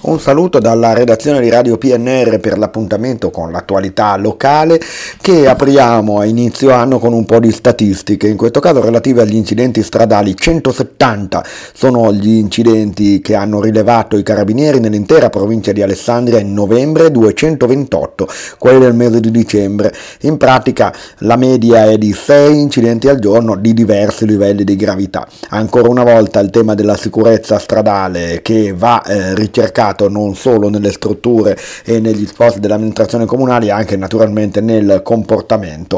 Un saluto dalla redazione di Radio PNR per l'appuntamento con l'attualità locale che apriamo a inizio anno con un po' di statistiche, in questo caso relative agli incidenti stradali. 170 sono gli incidenti che hanno rilevato i carabinieri nell'intera provincia di Alessandria in novembre, 228 quelli del mese di dicembre. In pratica la media è di 6 incidenti al giorno di diversi livelli di gravità. Ancora una volta il tema della sicurezza stradale che va ricercato non solo nelle strutture e negli sforzi dell'amministrazione comunale, anche naturalmente nel comportamento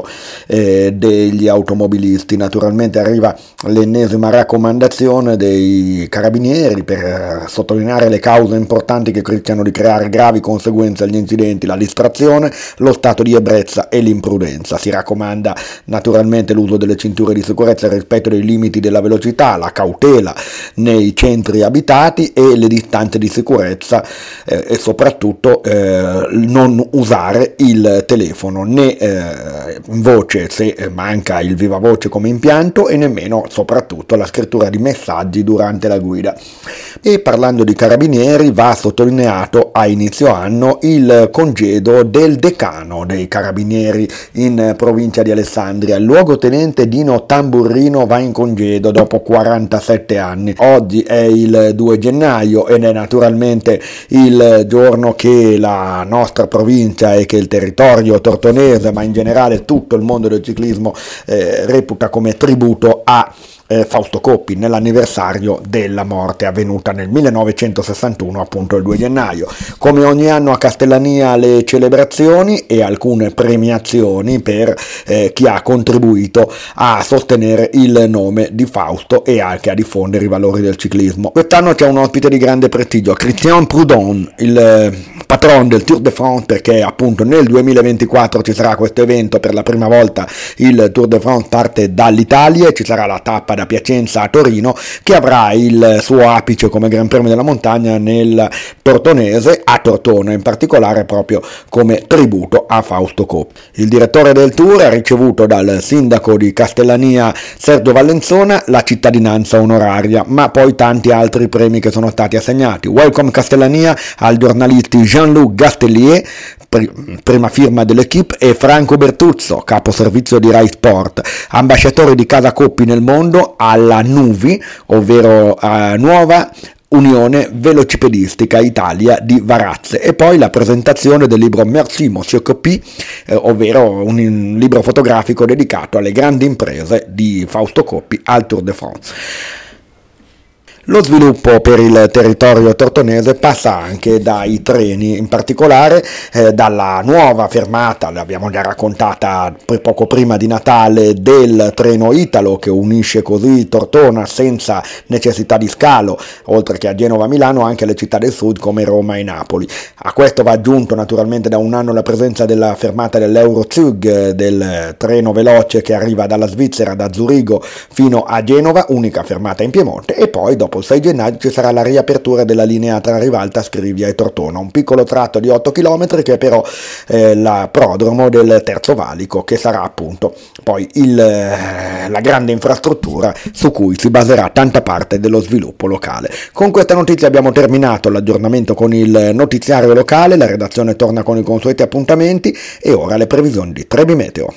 degli automobilisti. Naturalmente arriva l'ennesima raccomandazione dei carabinieri per sottolineare le cause importanti che rischiano di creare gravi conseguenze agli incidenti: la distrazione, lo stato di ebbrezza e l'imprudenza. Si raccomanda naturalmente l'uso delle cinture di sicurezza, il rispetto dei limiti della velocità, la cautela nei centri abitati e le distanze di sicurezza, e soprattutto non usare il telefono né in voce se manca il viva voce come impianto, e nemmeno soprattutto la scrittura di messaggi durante la guida. E parlando di carabinieri, va sottolineato a inizio anno il congedo del decano dei carabinieri in provincia di Alessandria. Il luogotenente Dino Tamburrino va in congedo dopo 47 anni. Oggi è il 2 gennaio ed è naturalmente il giorno che la nostra provincia e che il territorio tortonese, ma in generale tutto il mondo del ciclismo, reputa come tributo a Fausto Coppi, nell'anniversario della morte avvenuta nel 1961, appunto il 2 gennaio. Come ogni anno a Castellania le celebrazioni e alcune premiazioni per chi ha contribuito a sostenere il nome di Fausto e anche a diffondere i valori del ciclismo. Quest'anno c'è un ospite di grande prestigio, Christian Prudhomme, il patron del Tour de France, perché appunto nel 2024 ci sarà questo evento. Per la prima volta il Tour de France parte dall'Italia e ci sarà la tappa da Piacenza a Torino, che avrà il suo apice come Gran Premio della Montagna nel Tortonese, a Tortona in particolare, proprio come tributo a Fausto Coppi. Il direttore del Tour ha ricevuto dal sindaco di Castellania Sergio Vallenzona la cittadinanza onoraria, ma poi tanti altri premi che sono stati assegnati. Welcome Castellania al giornalisti Jean-Luc Gastellier, prima firma dell'equipe, e Franco Bertuzzo, capo servizio di Rai Sport. Ambasciatore di Casa Coppi nel mondo alla NUVI, ovvero Nuova Unione Velocipedistica Italia di Varazze. E poi la presentazione del libro Merci Monsieur Coppi, ovvero un libro fotografico dedicato alle grandi imprese di Fausto Coppi al Tour de France. Lo sviluppo per il territorio tortonese passa anche dai treni, in particolare dalla nuova fermata, l'abbiamo già raccontata poco prima di Natale, del treno Italo, che unisce così Tortona senza necessità di scalo, oltre che a Genova-Milano, anche alle città del sud come Roma e Napoli. A questo va aggiunto naturalmente da un anno la presenza della fermata dell'Eurozug, del treno veloce che arriva dalla Svizzera, da Zurigo fino a Genova, unica fermata in Piemonte. E poi dopo il 6 gennaio ci sarà la riapertura della linea tra Rivalta, Scrivia e Tortona, un piccolo tratto di 8 km che è però la prodromo del Terzo Valico, che sarà appunto poi la grande infrastruttura su cui si baserà tanta parte dello sviluppo locale. Con questa notizia abbiamo terminato l'aggiornamento con il notiziario locale, la redazione torna con i consueti appuntamenti e ora le previsioni di Trebi Meteo.